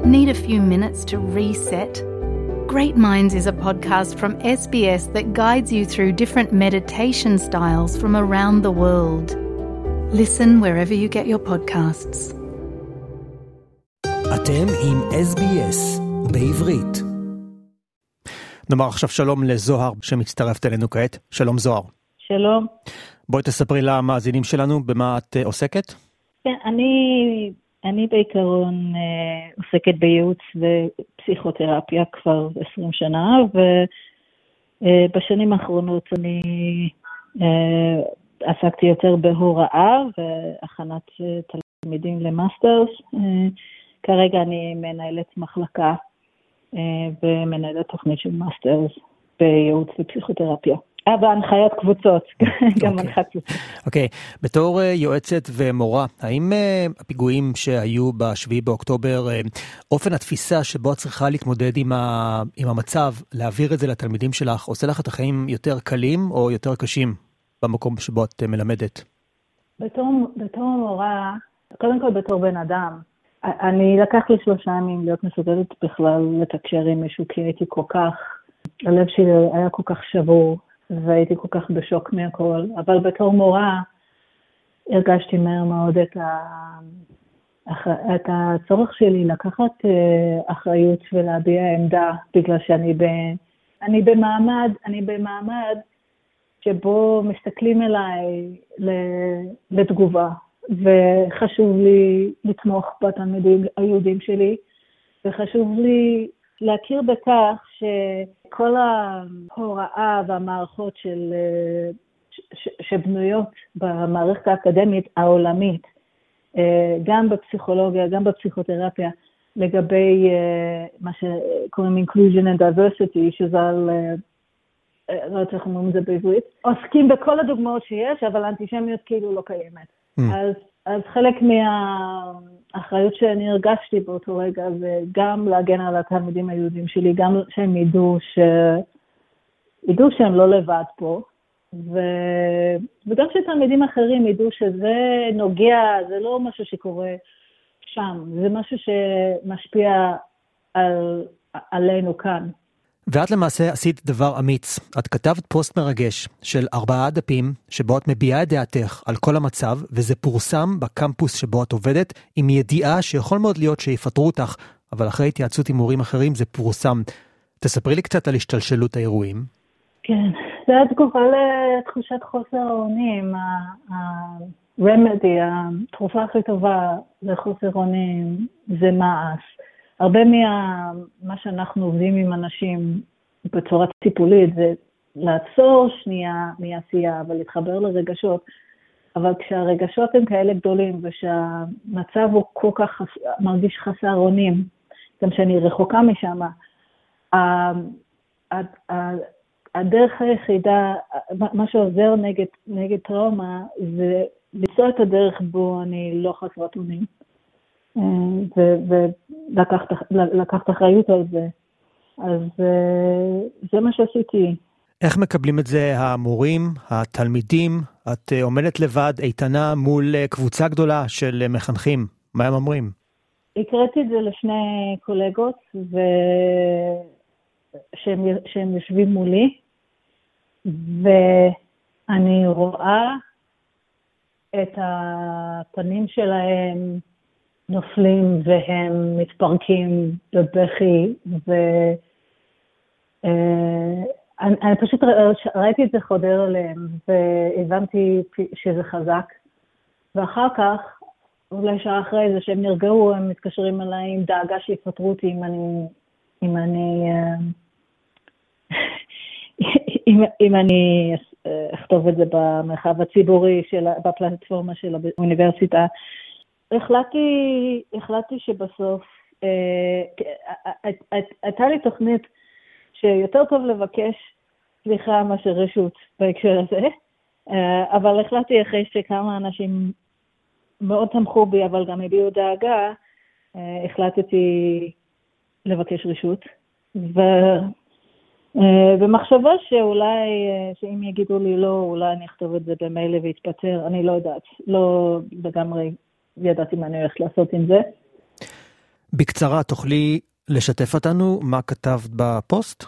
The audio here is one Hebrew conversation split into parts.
Need a few minutes to reset? Great Minds is a podcast from SBS that guides you through different meditation styles from around the world. Listen wherever you get your podcasts. אתם עם SBS בעברית. נאמר עכשיו שלום לזוהר שמצטרפת אלינו כעת. שלום זוהר. שלום. בואי תספרי למאזינים שלנו במה את עוסקת. כן, אני בעיקרון עוסקת בייעוץ ופסיכותרפיה כבר 20 שנה, ובשנים האחרונות אני עסקתי יותר בהוראה והכנת תלמידים למאסטרס. כרגע אני מנהלת מחלקה ומנהלת תוכנית של מאסטרס בייעוץ ופסיכותרפיה. בהנחיית קבוצות, גם מנחת קבוצות. אוקיי, בתור יועצת ומורה, האם הפיגועים שהיו ב7 באוקטובר, אופן התפיסה שבו את צריכה להתמודד עם המצב, להעביר את זה לתלמידים שלך, עושה לך את החיים יותר קלים או יותר קשים במקום שבו את מלמדת? בתור מורה, קודם כל בתור בן אדם, אני לקח לי 3 ימים להיות מסוגלת בכלל לתקשר עם מישהו, כי הייתי כל כך, הלב שלי היה כל כך שבור, והייתי כל כך בשוק מהכל, אבל בתור מורה הרגשתי מהר מאוד את הצורך שלי לקחת אחריות ולהביע עמדה, בגלל שאני במעמד שבו מסתכלים אליי לתגובה, וחשוב לי לתמוך בתלמידים היהודים שלי, וחשוב לי להכיר בכך שכל ההוראה והמערכות שבנויות במערכת האקדמית העולמית, גם בפסיכולוגיה, גם בפסיכותרפיה, לגבי מה שקוראים inclusion and diversity, שזה על, לא יודעת איך אומרים את זה בעברית, עוסקים בכל הדוגמאות שיש, אבל האנטישמיות כאילו לא קיימת. אז חלק מהאחריות שאני הרגשתי באותו רגע, זה גם להגן על התלמידים היהודים שלי, גם שהם ידעו שהם לא לבד פה, וגם שתלמידים אחרים ידעו שזה נוגע, זה לא משהו שקורה שם, זה משהו שמשפיע עלינו כאן. ואת למעשה עשית דבר אמיץ. את כתבת פוסט מרגש של 4 דפים, שבו את מביעה את דעתך על כל המצב, וזה פורסם בקמפוס שבו את עובדת, עם ידיעה שיכול מאוד להיות שיפטרו אותך, אבל אחרי התייעצות עם מורים אחרים זה פורסם. תספרי לי קצת על השתלשלות האירועים. כן, זה התגובה לתחושת חוסר האונים. הרמדי, התרופה הכי טובה לחוסר אונים, זה מעש. הרבה מה שאנחנו עובדים עם אנשים בצורה טיפולית זה לעצור שנייה מעשייה ולהתחבר לרגשות, אבל כשהרגשות הם כאלה גדולים ושהמצב הוא כל כך מרגיש חסר אונים, גם שאני רחוקה משם, הדרך היחידה, מה שעוזר נגד טראומה, זה למצוא את הדרך בו אני לא חסרת אונים. ולקחת אחריות על זה. אז זה מה שעשיתי. איך מקבלים את זה המורים, התלמידים? את עומדת לבד, איתנה מול קבוצה גדולה של מחנכים. מה הם אומרים? הקראתי את זה לשני קולגות, שהם יושבים מולי, ואני רואה את הפנים שלהם נופלים והם מתפרקים בבכי, אני פשוט ראיתי את זה חודר אליהם, והבנתי שזה חזק, ואחר כך, אולי שעה אחרי זה שהם נרגעו, הם מתקשרים אליי עם דאגה שיפטרו אותי אם אני אכתוב את זה במרחב הציבורי, בפלטפורמה של האוניברסיטה. החלטתי שבסוף, הייתה לי תוכנית שיותר טוב לבקש סליחה מאשר רשות בהקשר הזה, אבל החלטתי אחרי שכמה אנשים מאוד תמכו בי, אבל גם הביעו דאגה, החלטתי לבקש רשות, במחשבה שאולי, שאם יגידו לי לא, אולי אני אכתוב את זה במייל והתפטר, אני לא יודעת, לא לגמרי ידעתי מה אני הולכת לעשות עם זה. בקצרה, תוכלי לשתף אותנו מה כתבת בפוסט?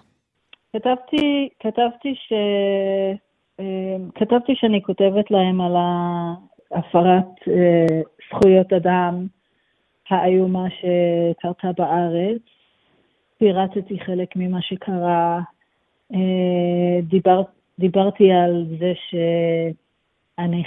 כתבתי שאני כותבת להם על הפרת זכויות אדם האיומה שקרתה בארץ. פירטתי חלק ממה שקרה. דיברתי על זה שאני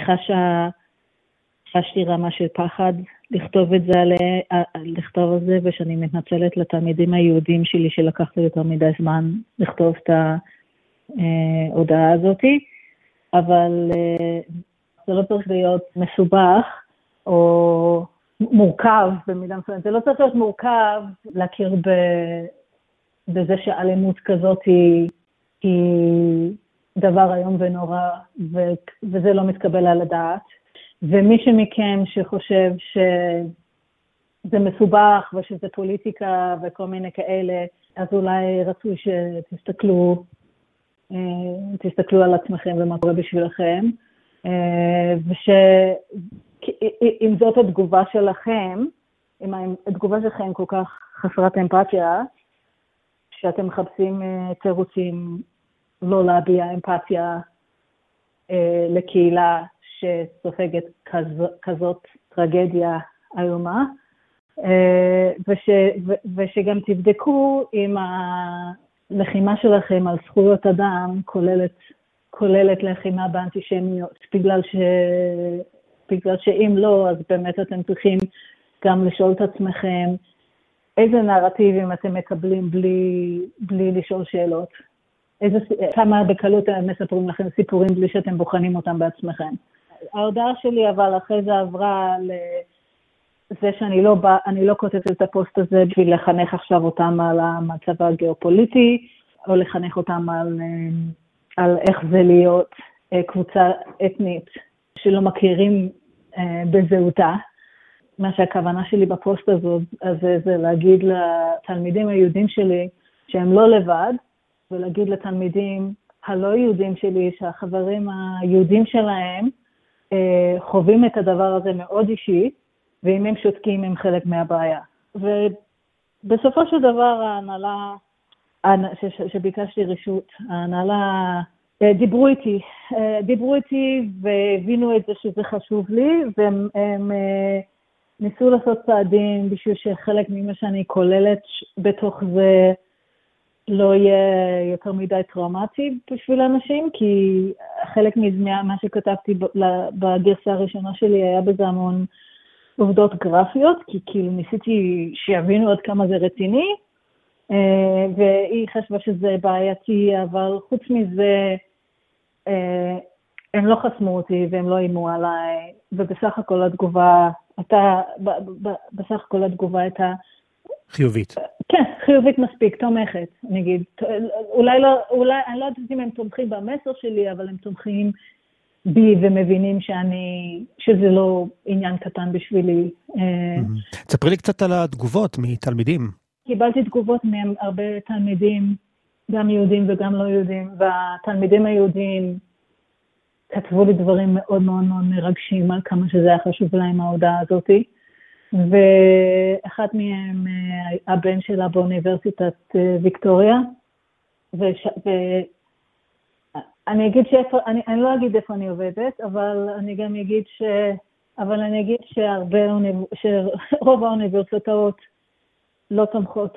חשתי רמה של פחד לכתוב על זה, ושאני מתנצלת לתלמידים היהודים שלי שלקח לי יותר מדי זמן לכתוב את ההודעה הזאת, אבל זה לא צריך להיות מסובך או מורכב במידה מסוימת. זה לא צריך להיות מורכב להכיר בזה שאלימות כזאת היא דבר היום ונורא, וזה לא מתקבל על הדעת. ומי שמכם שחושב שזה מסובך ושזה פוליטיקה וכל מיני כאלה, אז אולי רצוי שתסתכלו על עצמכם ומה קורה בשבילכם. אם זאת התגובה שלכם, אם התגובה שלכם כל כך חסרת אמפתיה, שאתם מחפשים תירוצים לא להביע אמפתיה לקהילה שסופגת כזאת טרגדיה איומה, ושגם תבדקו אם הלחימה שלכם על זכויות אדם כוללת לחימה באנטישמיות, בגלל שאם לא, אז באמת אתם צריכים גם לשאול את עצמכם איזה נרטיבים אתם מקבלים בלי לשאול שאלות. כמה בקלות מספרים לכם סיפורים בלי שאתם בוחנים אותם בעצמכם. ההודעה שלי אבל אחרי זה עברה לזה שאני לא כותבת את הפוסט הזה בשביל לחנך עכשיו אותם על המצב הגיאופוליטי, או לחנך אותם על איך זה להיות קבוצה אתנית שלא מכירים בזהותה. מה שהכוונה שלי בפוסט הזה זה להגיד לתלמידים היהודים שלי שהם לא לבד, ולהגיד לתלמידים הלא יהודים שלי שהחברים היהודים שלהם חווים את הדבר הזה מאוד אישי, ואם הם שותקים הם חלק מהבעיה. ובסופו של דבר ההנהלה, שביקשתי רשות, ההנהלה דיברו איתי והבינו את זה שזה חשוב לי, והם ניסו לעשות צעדים בשביל שחלק ממה שאני כוללת בתוך זה לא יהיה יותר מדי טראומטי בשביל אנשים, כי חלק מה שכתבתי בגרסה הראשונה שלי היה בזה המון עובדות גרפיות, כי כאילו ניסיתי שיבינו עד כמה זה רציני, והיא חשבה שזה בעייתי, אבל חוץ מזה הם לא חסמו אותי והם לא אימו עליי, ובסך הכל התגובה הייתה חיובית. כן, חיובית מספיק, תומכת, נגיד. אולי, אני לא יודעת אם הם תומכים במסר שלי, אבל הם תומכים בי ומבינים שזה לא עניין קטן בשבילי. תספרי לי קצת על התגובות מתלמידים. קיבלתי תגובות מהרבה תלמידים, גם יהודים וגם לא יהודים, והתלמידים היהודים כתבו לי דברים מאוד מאוד מאוד מרגשים על כמה שזה היה חשוב להם ההודעה הזאת. ואחת מהם, הבן שלה באוניברסיטת ויקטוריה, ואני אגיד אני לא אגיד איפה אני עובדת, אבל אני גם אגיד שרוב האוניברסיטאות לא תומכות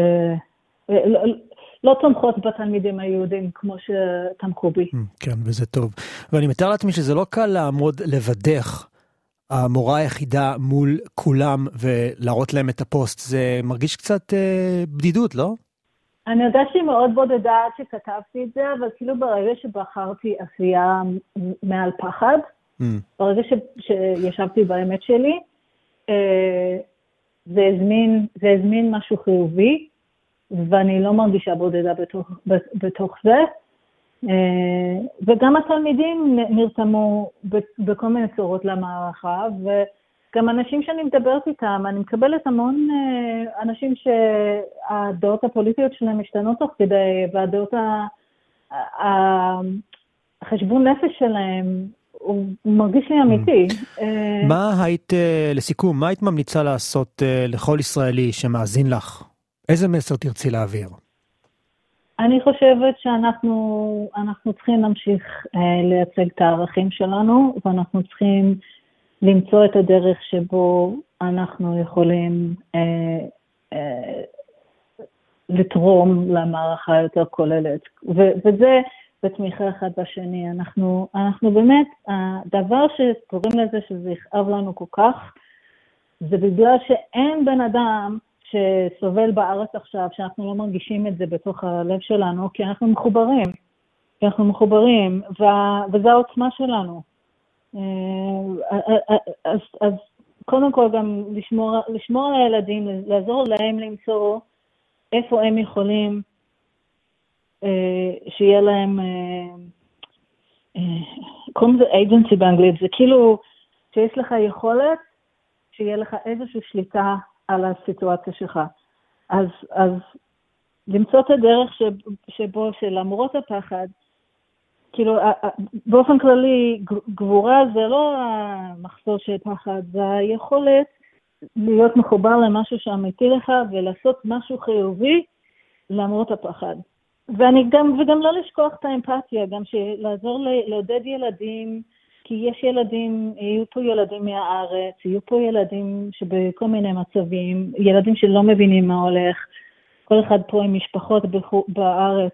לא תומכות בתלמידים היהודים כמו שתמכו בי. כן, וזה טוב. ואני מתאר לעצמי שזה לא קל לעמוד לבדך המורה היחידה מול כולם ולהראות להם את הפוסט. זה מרגיש קצת בדידות, לא? אני הרגשתי מאוד בודדה עד שכתבתי את זה, אבל כאילו ברגע שבחרתי עשייה מעל פחד, ברגע שישבתי באמת שלי, זה הזמין משהו חיובי, ואני לא מרגישה בודדה בתוך זה. וגם התלמידים נרתמו בכל מיני צורות למערכה, וגם אנשים שאני מדברת איתם, אני מקבלת המון אנשים שהדעות הפוליטיות שלהם משתנות תוך כדי, והדעות החשבון נפש שלהם הוא מרגיש לי אמיתי. מה היית, לסיכום, מה היית ממליצה לעשות לכל ישראלי שמאזין לך? איזה מסר תרצי להעביר? אני חושבת שאנחנו צריכים להמשיך לייצג את הערכים שלנו, ואנחנו צריכים למצוא את הדרך שבו אנחנו יכולים לתרום למערכה יותר כוללת. וזה בתמיכה אחד בשני. אנחנו באמת, הדבר שקוראים לזה שזה יכאב לנו כל כך, זה בגלל שאין בן אדם שסובל בארץ עכשיו, שאנחנו לא מרגישים את זה בתוך הלב שלנו, כי אנחנו מחוברים, וזו העוצמה שלנו. אז קודם כל גם לשמור על הילדים, לעזור להם למצוא איפה הם יכולים שיהיה להם, קוראים לזה agency באנגלית, זה כאילו שיש לך יכולת, שיהיה לך איזושהי שליטה על הסיטואציה שלך. אז למצוא את הדרך שבו שלמרות הפחד, כאילו באופן כללי גבורה זה לא המחסור של פחד, זה היכולת להיות מחובר למשהו שאמיתי לך ולעשות משהו חיובי למרות הפחד. וגם לא לשכוח את האמפתיה, גם לעזור לעודד ילדים, כי יש ילדים, יהיו פה ילדים מהארץ, יהיו פה ילדים שבכל מיני מצבים, ילדים שלא מבינים מה הולך, כל אחד פה עם משפחות בארץ,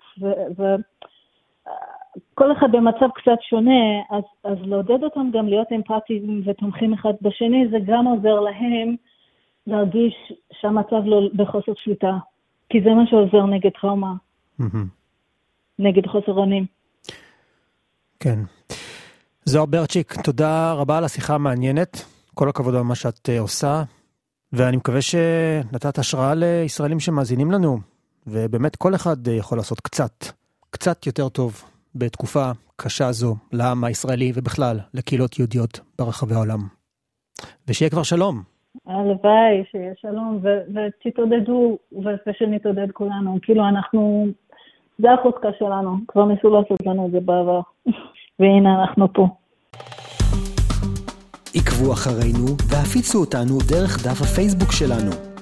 וכל אחד במצב קצת שונה, אז לעודד אותם גם להיות אמפתיים ותומכים אחד בשני, זה גם עוזר להם להרגיש שהמצב לא בחוסר שליטה, כי זה מה שעוזר נגד טראומה, נגד חוסר אונים. כן. זוהר ברצ'יק, תודה רבה על השיחה המעניינת, כל הכבוד על מה שאת עושה, ואני מקווה שנתת השראה לישראלים שמאזינים לנו, ובאמת כל אחד יכול לעשות קצת יותר טוב בתקופה קשה זו לעם הישראלי ובכלל לקהילות יהודיות ברחבי העולם. ושיהיה כבר שלום. הלוואי שיהיה שלום, ותתעודדו, ושנתעודד כולנו, כאילו זה החוזקה שלנו, כבר ניסו לעשות לנו את זה בעבר. והנה אנחנו פה. עקבו אחרינו והפיצו אותנו דרך דף הפייסבוק שלנו.